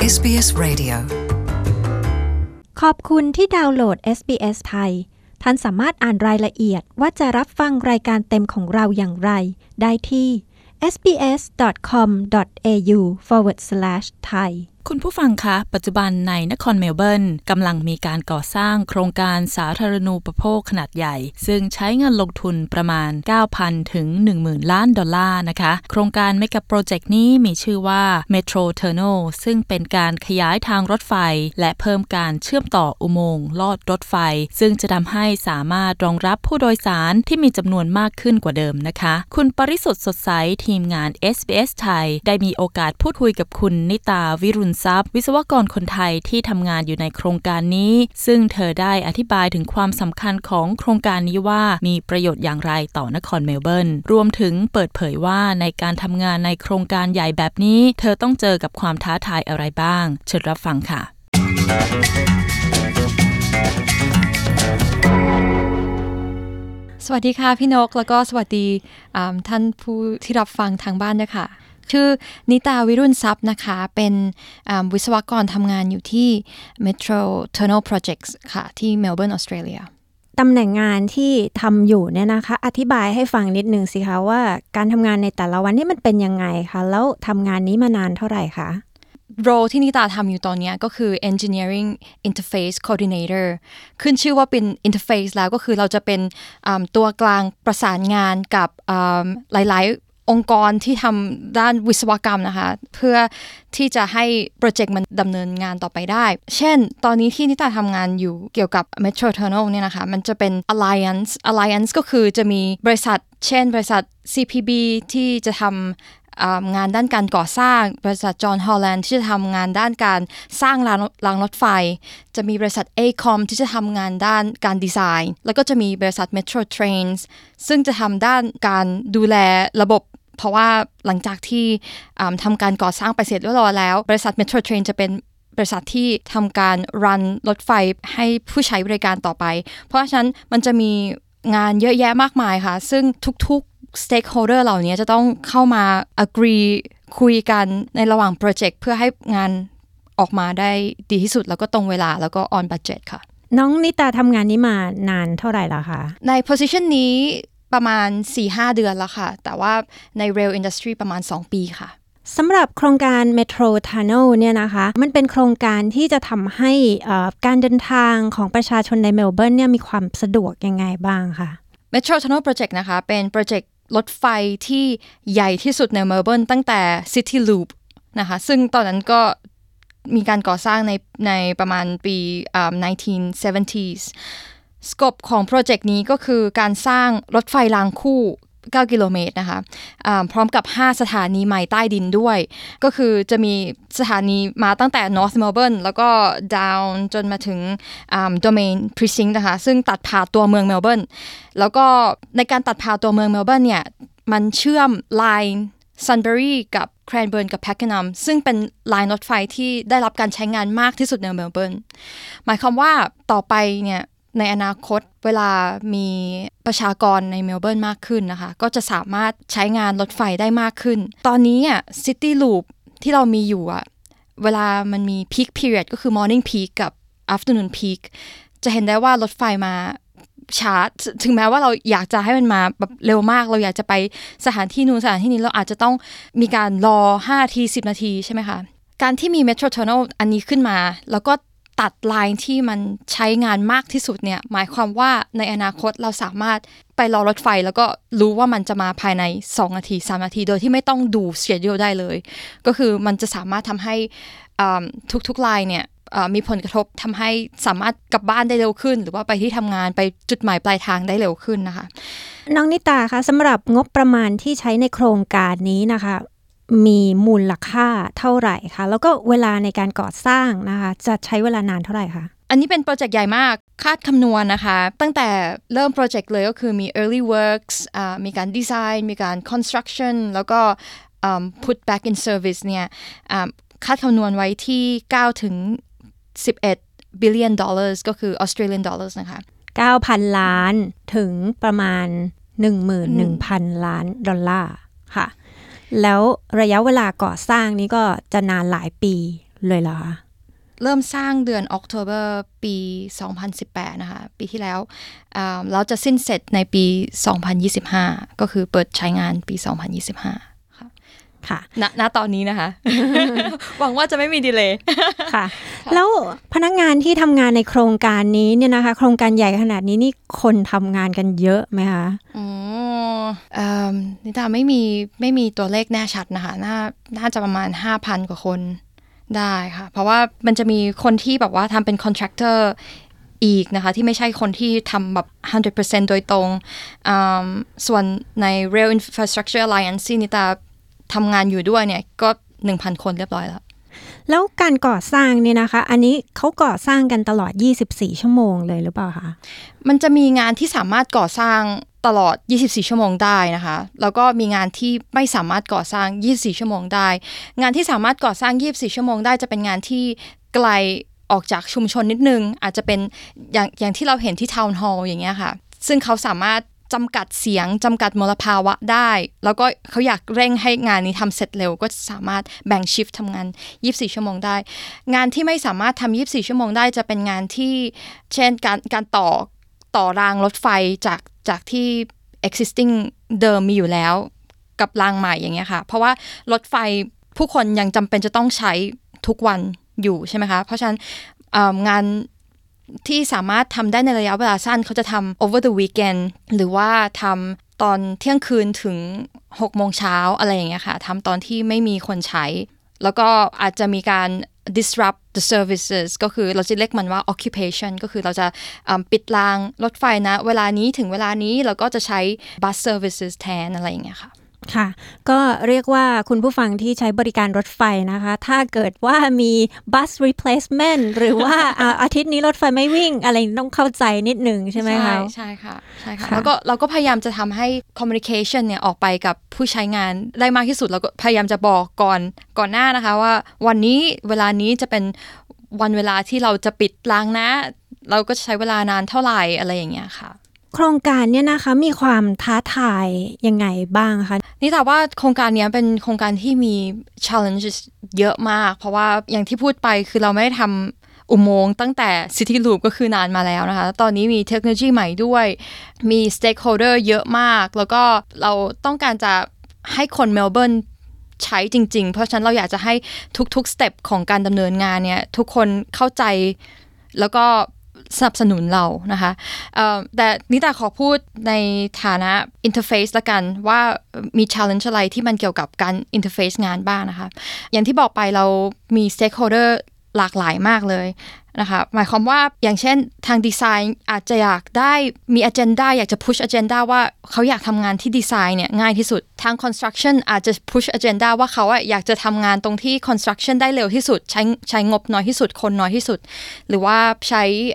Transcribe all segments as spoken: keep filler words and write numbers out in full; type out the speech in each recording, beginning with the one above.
เอส บี เอส Radio ขอบคุณที่ดาวน์โหลด เอส บี เอส ไทยท่านสามารถอ่านรายละเอียดว่าจะรับฟังรายการเต็มของเราอย่างไรได้ที่ เอส บี เอส ดอท คอม ดอท เอ ยู สแลช สแลช ไทยคุณผู้ฟังคะปัจจุบันในนครเมลเบิร์นกำลังมีการก่อสร้างโครงการสาธารณูปโภคขนาดใหญ่ซึ่งใช้เงินลงทุนประมาณ เก้าพัน ถึง หนึ่งหมื่น ล้านดอลลาร์นะคะโครงการเมกะโปรเจกต์นี้มีชื่อว่า Metro Tunnel ซึ่งเป็นการขยายทางรถไฟและเพิ่มการเชื่อมต่ออุโมงค์ลอดรถไฟซึ่งจะทำให้สามารถรองรับผู้โดยสารที่มีจำนวนมากขึ้นกว่าเดิมนะคะคุณปริสุทธิ์สดใสทีมงาน เอส บี เอส ไทยได้มีโอกาสพูดคุยกับคุณนิตาวิรุณทรัพย์วิศวกรคนไทยที่ทำงานอยู่ในโครงการนี้ซึ่งเธอได้อธิบายถึงความสำคัญของโครงการนี้ว่ามีประโยชน์อย่างไรต่อนครเมลเบิร์นรวมถึงเปิดเผยว่าในการทำงานในโครงการใหญ่แบบนี้เธอต้องเจอกับความท้าทายอะไรบ้างเชิญรับฟังค่ะสวัสดีค่ะพี่นกแล้วก็สวัสดีท่านผู้ที่รับฟังทางบ้านด้วยค่ะชื่อนิตาวิรุณทรัพย์นะคะเป็นวิศวกรทำงานอยู่ที่ Metro Tunnel Projects ค่ะที่เมลเบิร์นออสเตรเลียตำแหน่งงานที่ทำอยู่เนี่ยนะคะอธิบายให้ฟังนิดนึงสิคะว่าการทำงานในแต่ละวันนี่มันเป็นยังไงคะแล้วทำงานนี้มานานเท่าไหร่คะโรที่นิตาทำอยู่ตอนนี้ก็คือ Engineering Interface Coordinator ขึ้นชื่อว่าเป็น Interface แล้วก็คือเราจะเป็นตัวกลางประสานงานกับหลายๆองค์กรที่ทำด้านวิศวกรรมนะคะเพื่อที่จะให้โปรเจกต์มันดำเนินงานต่อไปได้เช่นตอนนี้ที่นิตาทำงานอยู่เกี่ยวกับ Metro Tunnel เนี่ยนะคะมันจะเป็น Alliance Alliance ก็คือจะมีบริษัทเช่นบริษัท ซี พี บี ที่จะทำงานด้านการก่อสร้างบริษัทจอห์นฮอลแลนด์ที่จะทำงานด้านการสร้างรางรางรถไฟจะมีบริษัท เอ คอม ที่จะทำงานด้านการดีไซน์แล้วก็จะมีบริษัท Metro Trains ซึ่งจะทำด้านการดูแลระบบเพราะว่าหลังจากที่ทำการก่อสร้างไปเสร็จเรียบร้อยแล้วบริษัท Metro Train จะเป็นบริษัทที่ทำการรันรถไฟให้ผู้ใช้บริการต่อไปเพราะฉะนั้นมันจะมีงานเยอะแยะมากมายค่ะซึ่งทุกๆ stakeholder เหล่านี้จะต้องเข้ามา agree คุยกันในระหว่างโปรเจกต์เพื่อให้งานออกมาได้ดีที่สุดแล้วก็ตรงเวลาแล้วก็ on budget ค่ะน้องนิตาทำงานนี้มานานเท่าไหร่แล้วคะใน position นี้ประมาณ สี่ถึงห้า เดือนแล้วค่ะแต่ว่าใน rail industry ประมาณสองปีค่ะสำหรับโครงการ Metro Tunnel เนี่ยนะคะมันเป็นโครงการที่จะทำให้การเดินทางของประชาชนในเมลเบิร์นเนี่ยมีความสะดวกยังไงบ้างคะ Metro Tunnel Project นะคะเป็นโปรเจกต์รถไฟที่ใหญ่ที่สุดในเมลเบิร์นตั้งแต่ City Loop นะคะซึ่งตอนนั้นก็มีการก่อสร้างในในประมาณปี nineteen seventies สโคปของโปรเจกต์นี้ก็คือการสร้างรถไฟรางคู่เก้ากิโลเมตรนะคะพร้อมกับห้าสถานีใหม่ใต้ดินด้วยก็คือจะมีสถานีมาตั้งแต่ North Melbourne แล้วก็ down จนมาถึง Domain Precinct นะคะซึ่งตัดผ่านตัวเมืองเมลเบิร์นแล้วก็ในการตัดผ่านตัวเมืองเมลเบิร์นเนี่ยมันเชื่อมไลน์Sunbury กับ Cranbourne กับ Pakenham ซึ่งเป็นไลน์รถไฟที่ได้รับการใช้งานมากที่สุดในเมลเบิร์นหมายความว่าต่อไปเนี่ยในอนาคตเวลามีประชากรในเมลเบิร์นมากขึ้นนะคะก็จะสามารถใช้งานรถไฟได้มากขึ้นตอนนี้อ่ะ City Loop ที่เรามีอยู่อ่ะเวลามันมี Peak Period ก็คือ Morning Peak กับ Afternoon Peak จะเห็นได้ว่ารถไฟมาช้าถึงแม้ว่าเราอยากจะให้มันมาแบบเร็วมากเราอยากจะไปสถานที่นู้นสถานที่นี้เราอาจจะต้องมีการรอห้านาทีสิบนาทีใช่ไหมคะการที่มี Metro Tunnel อันนี้ขึ้นมาแล้วก็ตัดไลน์ที่มันใช้งานมากที่สุดเนี่ยหมายความว่าในอนาคตเราสามารถไปรอรถไฟแล้วก็รู้ว่ามันจะมาภายในสองนาทีสามนาทีโดยที่ไม่ต้องดูสเกจดูได้เลยก็คือมันจะสามารถทำให้ทุกๆไลน์เนี่ยมีผลกระทบทำให้สามารถกลับบ้านได้เร็วขึ้นหรือว่าไปที่ทำงานไปจุดหมายปลายทางได้เร็วขึ้นนะคะน้องนิตาคะสำหรับงบประมาณที่ใช้ในโครงการนี้นะคะมีมูลค่าเท่าไหร่คะแล้วก็เวลาในการก่อสร้างนะคะจะใช้เวลานานเท่าไหร่คะอันนี้เป็นโปรเจกต์ใหญ่มากคาดคำนวณนะคะตั้งแต่เริ่มโปรเจกต์เลยก็คือมี early works มีการดีไซน์มีการ construction แล้วก็ put back in service เนี่ยคาดคำนวณไว้ที่เก้าถึงสิบเอ็ด billion dollars ก็คือ Australian dollars นะคะเก้าพัน ล้านถึงประมาณ หนึ่งหมื่นหนึ่งพัน ล้านดอลลาร์ค่ะแล้วระยะเวลาก่อสร้างนี้ก็จะนานหลายปีเลยเหรอคะเริ่มสร้างเดือนออกโทเบอร์ปีสองพันสิบแปดนะคะปีที่แล้วเราจะสิ้นเสร็จในปีสองพันยี่สิบห้าก็คือเปิดใช้งานปีสองพันยี่สิบห้าค่ะค่ะณณตอนนี้นะคะ หวังว่าจะไม่มีดีเลย์ค่ะแล้วพนักงานที่ทำงานในโครงการนี้เนี่ยนะคะโครงการใหญ่ขนาดนี้นี่คนทำงานกันเยอะไหมคะอ๋อเอ่อนิตาไม่มีไม่มีตัวเลขแน่ชัดนะคะน่าน่าจะประมาณ ห้าพัน กว่าคนได้ค่ะเพราะว่ามันจะมีคนที่แบบว่าทำเป็นคอนแทรคเตอร์อีกนะคะที่ไม่ใช่คนที่ทำแบบ หนึ่งร้อยเปอร์เซ็นต์ โดยตรงส่วนใน Rail Infrastructure Alliance ที่นิตาทำงานอยู่ด้วยเนี่ยก็ หนึ่งพัน คนเรียบร้อยแล้วแล้วการก่อสร้างเนี่ยนะคะอันนี้เขาก่อสร้างกันตลอดยี่สิบสี่ชั่วโมงเลยหรือเปล่าคะมันจะมีงานที่สามารถก่อสร้างตลอดยี่สิบสี่ชั่วโมงได้นะคะแล้วก็มีงานที่ไม่สามารถก่อสร้างยี่สิบสี่ชั่วโมงได้งานที่สามารถก่อสร้างยี่สิบสี่ชั่วโมงได้จะเป็นงานที่ไกลออกจากชุมชนนิดนึงอาจจะเป็นอย่างอย่างที่เราเห็นที่ทาวน์ฮอลล์อย่างเงี้ยค่ะซึ่งเขาสามารถจำกัดเสียงจำกัดมลภาวะได้แล้วก็เขาอยากเร่งให้งานนี้ทำเสร็จเร็วก็สามารถแบ่งชิฟต์ทำงานยี่สิบสี่ชั่วโมงได้งานที่ไม่สามารถทำยี่สิบสี่ชั่วโมงได้จะเป็นงานที่เช่นการการต่อต่อรางรถไฟจากจากที่ existing เดิมมีอยู่แล้วกับรางใหม่อย่างเงี้ยค่ะเพราะว่ารถไฟผู้คนยังจำเป็นจะต้องใช้ทุกวันอยู่ใช่ไหมคะเพราะฉะนั้นงานที่สามารถทำได้ในระยะเวลาสั้นเขาจะทำ over the weekend หรือว่าทำตอนเที่ยงคืนถึงหกโมงเช้าอะไรอย่างเงี้ยค่ะทำตอนที่ไม่มีคนใช้แล้วก็อาจจะมีการ disrupt the services ก็คือเราจะเรียกมันว่า occupation ก็คือเราจะปิดรางรถไฟนะเวลานี้ถึงเวลานี้แล้วก็จะใช้ bus services แทนอะไรอย่างเงี้ยค่ะค่ะก็เรียกว่าคุณผู้ฟังที่ใช้บริการรถไฟนะคะถ้าเกิดว่ามี bus replacement หรือว่า อาทิตย์นี้รถไฟไม่วิ่งอะไรต้องเข้าใจนิดนึงใช่ไหมคะใช่ค่ะใช่ค่ะแล้วก็เราก็พยายามจะทำให้ communication เนี่ยออกไปกับผู้ใช้งานได้มากที่สุดเราก็พยายามจะบอกก่อนก่อนหน้านะคะว่าวันนี้เวลานี้จะเป็นวันเวลาที่เราจะปิดรางนะเราก็ใช้เวลานานเท่าไหร่อะไรอย่างเงี้ยค่ะโครงการเนี่ยนะคะมีความท้าทายยังไงบ้างคะนี่แต่ว่าโครงการนี้เป็นโครงการที่มี challenges เยอะมากเพราะว่าอย่างที่พูดไปคือเราไม่ได้ทำอุโมงค์ตั้งแต่ City Loop ก็คือนานมาแล้วนะคะตอนนี้มีเทคโนโลยีใหม่ด้วยมี stakeholder เยอะมากแล้วก็เราต้องการจะให้คนเมลเบิร์นใช้จริงๆเพราะฉะนั้นเราอยากจะให้ทุกๆสเต็ปของการดำเนินงานเนี่ยทุกคนเข้าใจแล้วก็สนับสนุนเรานะคะแต่นิตาขอพูดในฐานะ interface ละกันว่ามี challenge อะไรที่มันเกี่ยวกับการ interface งานบ้างนะคะอย่างที่บอกไปเรามี stakeholder หลากหลายมากเลยนะคะหมายความว่าอย่างเช่นทางดีไซน์อาจจะอยากได้มี agenda อยากจะ push agenda ว่าเขาอยากทำงานที่ดีไซน์เนี่ยง่ายที่สุดทาง construction อาจจะ push agenda ว่าเขาอยากจะทำงานตรงที่ construction ได้เร็วที่สุดใช้ใช้งบน้อยที่สุดคนน้อยที่สุดหรือว่าใช้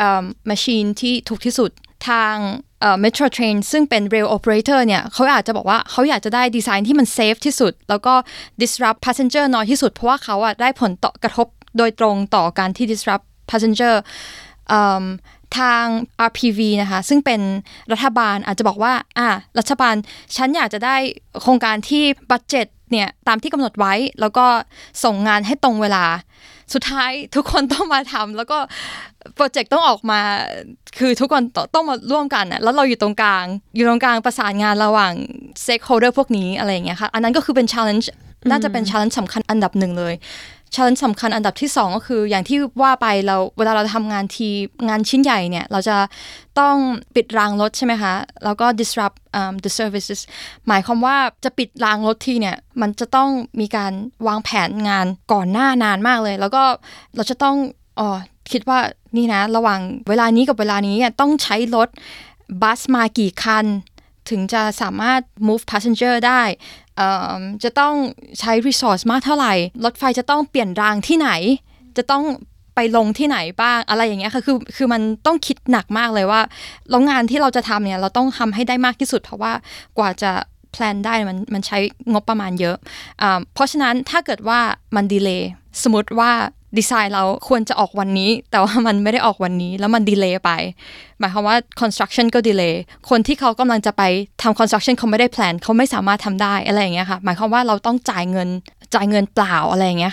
machine ที่ถูกที่สุดทาง Metro Train ซึ่งเป็น rail operator เนี่ยเขาอาจจะบอกว่าเขาอยากจะได้ดีไซน์ที่มัน safe ที่สุดแล้วก็ disrupt passenger น้อยที่สุดเพราะว่าเขาอะได้ผลต่อกระทบโดยตรงต่อการที่ disrupt passenger ทาง อาร์ พี วี นะคะซึ่งเป็นรัฐบาลอาจจะบอกว่าอ่ะรัฐบาลฉันอยากจะได้โครงการที่บัดเจ็ตเนี่ยตามที่กำหนดไว้แล้วก็ส่งงานให้ตรงเวลาสุดท้ายทุกคนต้องมาทำแล้วก็โปรเจกต์ต้องออกมาคือทุกคนต้องมาร่วมกันนะแล้วเราอยู่ตรงกลางอยู่ตรงกลางประสานงานระหว่าง stakeholder พวกนี้อะไรอย่างเงี้ยค่ะอันนั้นก็คือเป็น challenge น่าจะเป็น challenge สำคัญอันดับหนึ่งเลยchallenge สำคัญอันดับที่สองก็คืออย่างที่ว่าไปเราเวลาเราทำงานทีงานชิ้นใหญ่เนี่ยเราจะต้องปิดรางรถใช่ไหมคะแล้วก็ disrupt um, the services หมายความว่าจะปิดรางรถทีเนี่ยมันจะต้องมีการวางแผนงานก่อนหน้านานมากเลยแล้วก็เราจะต้องอ๋อคิดว่านี่นะระหว่างเวลานี้กับเวลานี้ต้องใช้รถบัสมากี่คันถึงจะสามารถ move passenger ได้จะต้องใช้ resource มากเท่าไหร่รถไฟจะต้องเปลี่ยนรางที่ไหนจะต้องไปลงที่ไหนบ้างอะไรอย่างเงี้ยค่ะคือคือมันต้องคิดหนักมากเลยว่าแล้วงานที่เราจะทำเนี่ยเราต้องทำให้ได้มากที่สุดเพราะว่ากว่าจะแพลนได้มันมันใช้งบประมาณเยอะเพราะฉะนั้นถ้าเกิดว่ามันดีเลย์สมมติว่าดีไซน์เราควรจะออกวันนี้แต่ว่ามันไม่ได้ออกวันนี้แล้วมันดีเลย์ไปหมายความว่า construction ก็ดีเลย์คนที่เขากำลังจะไปทำ construction เขาไม่ได้แพลนเขาไม่สามารถทำได้อะไรอย่างเงี้ยค่ะหมายความว่าเราต้องจ่ายเงินจ่ายเงินเปล่าอะไรอย่างเงี้ยค่ะ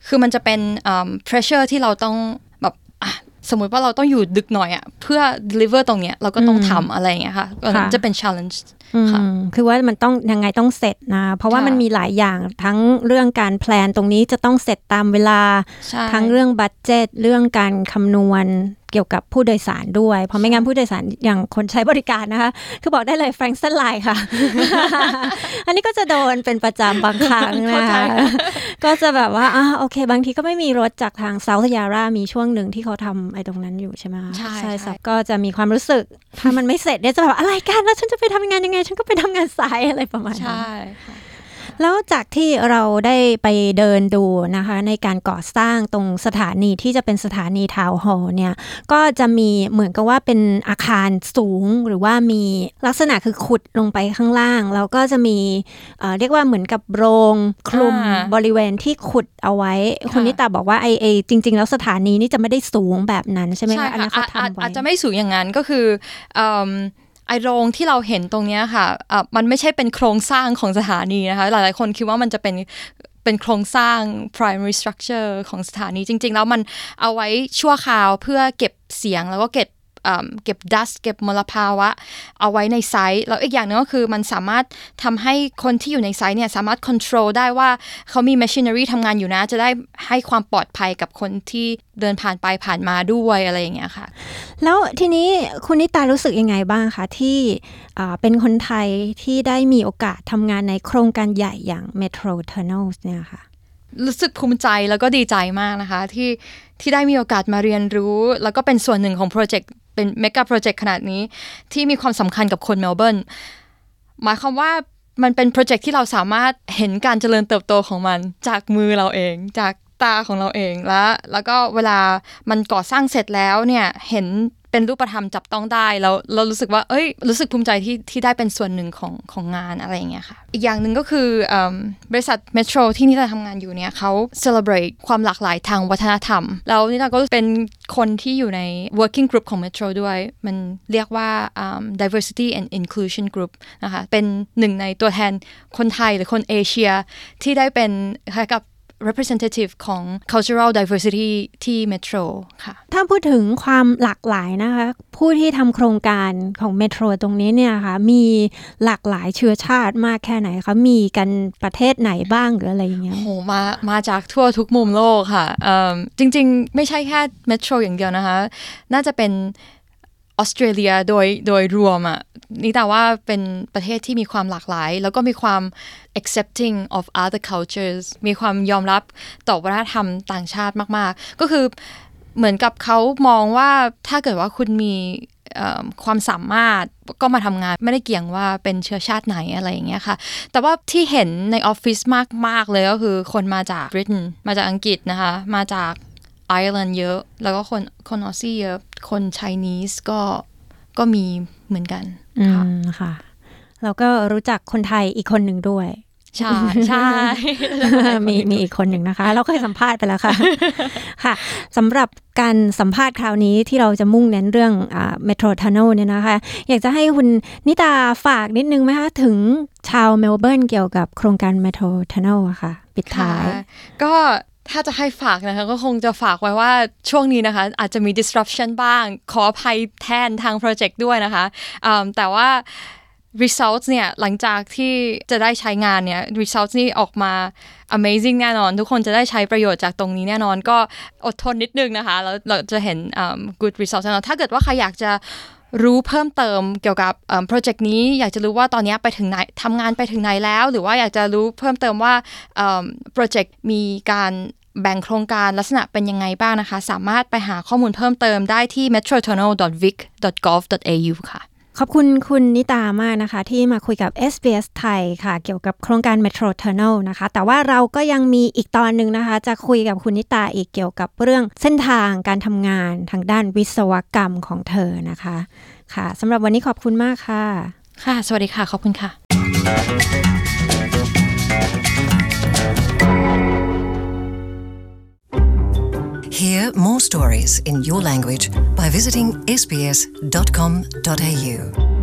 คือมันจะเป็น um, pressure ที่เราต้องแบบสมมุติว่าเราต้องอยู่ดึกหน่อยอ่ะเพื่อ deliver ตรงเนี้ยเราก็ต้องทำอะไรอย่างเงี้ยค่ะก็จะเป็น challenge ค่ะคือว่ามันต้องยังไงต้องเสร็จนะเพราะว่ามันมีหลายอย่างทั้งเรื่องการแพลนตรงนี้จะต้องเสร็จตามเวลาทั้งเรื่องบัดเจ็ตเรื่องการคำนวณเกี่ยวกับผู้โดยสารด้วยเพราะไม่งั้นผู้โดยสารอย่างคนใช้บริการนะคะคือบอกได้เลยแฟรงก์สไลน์ค่ะ อันนี้ก็จะโดนเป็นประจำบางครั้งนะคะก็จะแบบว่าอ่ะโอเคบางทีก็ไม่มีรถจากทางเซาท์ยารามีช่วงหนึ่งที่เขาทำไอ้ตรงนั้นอยู่ใช่ไหมคะใช่ใช่ก็จะมีความรู้สึกถ้ามันไม่เสร็จเนี่ยจะแบบอะไรกันแล้วฉันจะไปทำงานยังไงฉันก็ไปทำงานสายอะไรประมาณนั้นใช่แล้วจากที่เราได้ไปเดินดูนะคะในการก่อสร้างตรงสถานีที่จะเป็นสถานีทาวน์ฮอลล์เนี่ยก็จะมีเหมือนกับว่าเป็นอาคารสูงหรือว่ามีลักษณะคือขุดลงไปข้างล่างแล้วก็จะมีเอ่อเรียกว่าเหมือนกับโรงคลุมบริเวณที่ขุดเอาไว้คุณนิตาบอกว่าไอ้ไอ้จริงๆแล้วสถานีนี่จะไม่ได้สูงแบบนั้นใช่ไหมคะอันนั้นเขาทำไว้อาจจะไม่สูงอย่างนั้นก็คือไอโรงที่เราเห็นตรงนี้ค่ะะมันไม่ใช่เป็นโครงสร้างของสถานีนะคะหลายๆคนคิดว่ามันจะเป็นเป็นโครงสร้าง primary structure ของสถานีจริงๆแล้วมันเอาไว้ชั่วคราวเพื่อเก็บเสียงแล้วก็เก็บเก็บดัสเก็บมลภาวะเอาไว้ในไซต์แล้วอีกอย่างนึงก็คือมันสามารถทำให้คนที่อยู่ในไซต์เนี่ยสามารถ control ได้ว่าเขามี machinery ทำงานอยู่นะจะได้ให้ความปลอดภัยกับคนที่เดินผ่านไปผ่านมาด้วยอะไรอย่างเงี้ยค่ะแล้วทีนี้คุณนิตารู้สึกยังไงบ้างคะที่เป็นคนไทยที่ได้มีโอกาสทำงานในโครงการใหญ่อย่าง Metro Tunnels เนี่ยค่ะรู้สึกภูมิใจแล้วก็ดีใจมากนะคะที่ที่ได้มีโอกาสมาเรียนรู้แล้วก็เป็นส่วนหนึ่งของโปรเจกต์เป็นเมกะโปรเจกต์ขนาดนี้ที่มีความสำคัญกับคนเมลเบิร์นหมายความว่ามันเป็นโปรเจกต์ที่เราสามารถเห็นการเจริญเติบโตของมันจากมือเราเองจากตาของเราเองแล้วแล้วก็เวลามันก่อสร้างเสร็จแล้วเนี่ยเห็นเป็นรูปธรรมจับต้องได้แล้วเรารู้สึกว่าเอ้ยรู้สึกภูมิใจที่ที่ได้เป็นส่วนหนึ่งของของงานอะไรอย่างเงี้ยค่ะอีกอย่างหนึ่งก็คือบริษัทเมโทรที่นิตาทำงานอยู่เนี่ยเขา celebrate ความหลากหลายทางวัฒนธรรมแล้วนิตาก็เป็นคนที่อยู่ใน working group ของเมโทรด้วยมันเรียกว่า um, diversity and inclusion group นะคะเป็นหนึ่งในตัวแทนคนไทยหรือคนเอเชียที่ได้เป็นคล้ายกับrepresentative ของ cultural diversity ที่ Metro ค่ะถ้าพูดถึงความหลากหลายนะคะผู้ที่ทำโครงการของ Metro ตรงนี้เนี่ยค่ะมีหลากหลายเชื้อชาติมากแค่ไหนคะมีกันประเทศไหนบ้างหรืออะไรอย่างเงี้ยโหมามาจากทั่วทุกมุมโลกค่ะจริงๆไม่ใช่แค่ Metro อย่างเดียวนะคะน่าจะเป็นออสเตรเลียโดยโดยรวมอ่ะนี่แต่ว่าเป็นประเทศที่มีความหลากหลายแล้วก็มีความ accepting of other cultures มีความยอมรับต่อวัฒนธรรมต่างชาติมากๆก็คือเหมือนกับเขามองว่าถ้าเกิดว่าคุณมีความสามารถก็มาทำงานไม่ได้เกี่ยงว่าเป็นเชื้อชาติไหนอะไรอย่างเงี้ยค่ะแต่ว่าที่เห็นในออฟฟิศมากๆเลยก็คือคนมาจากบริเตนมาจากอังกฤษนะคะมาจากไอร์แลนด์เยอะแล้วก็คนคนออสซี่เยอะคนไชนีสก็ก็มีเหมือนกันค่ะค่ะแล้วก็รู้จักคนไทยอีกคนหนึ่งด้วยใช่ใช่มีมีอีกคนหนึ่งนะคะเราเคยสัมภาษณ์ไปแล้วค่ะค่ะสำหรับการสัมภาษณ์คราวนี้ที่เราจะมุ่งเน้นเรื่องอ่า Metro Tunnel เนี่ยนะคะอยากจะให้คุณนิตาฝากนิดนึงไหมคะถึงชาวเมลเบิร์นเกี่ยวกับโครงการ Metro Tunnel อะค่ะปิดท้ายก็ถ้าจะให้ฝากนะคะก็คงจะฝากไว้ว่าช่วงนี้นะคะอาจจะมี disruption บ้างขออภัยแทนทางโปรเจกต์ด้วยนะคะแต่ว่า results เนี่ยหลังจากที่จะได้ใช้งานเนี่ย results นี่ออกมา amazing แน่นอนทุกคนจะได้ใช้ประโยชน์จากตรงนี้แน่นอนก็อดทนนิดนึงนะคะแล้วเราจะเห็น good results แน่นอนถ้าเกิดว่าใครอยากจะรู้เพิ่มเติมเกี่ยวกับโปรเจกต์นี้อยากจะรู้ว่าตอนนี้ไปถึงไหนทำงานไปถึงไหนแล้วหรือว่าอยากจะรู้เพิ่มเติมว่าโปรเจกต์มีการแบ่งโครงการลักษณะเป็นยังไงบ้างนะคะสามารถไปหาข้อมูลเพิ่มเติมได้ที่ metro tunnel dot vic dot gov dot a u ค่ะขอบคุณคุณนิตามากนะคะที่มาคุยกับ เอส บี เอส ไทยค่ะเกี่ยวกับโครงการ Metro Tunnel นะคะแต่ว่าเราก็ยังมีอีกตอนหนึ่งนะคะจะคุยกับคุณนิตาอีกเกี่ยวกับเรื่องเส้นทางการทำงานทางด้านวิศวกรรมของเธอนะคะค่ะสำหรับวันนี้ขอบคุณมากค่ะค่ะสวัสดีค่ะขอบคุณค่ะ Hear more stories in your language by visiting s b s dot com dot a u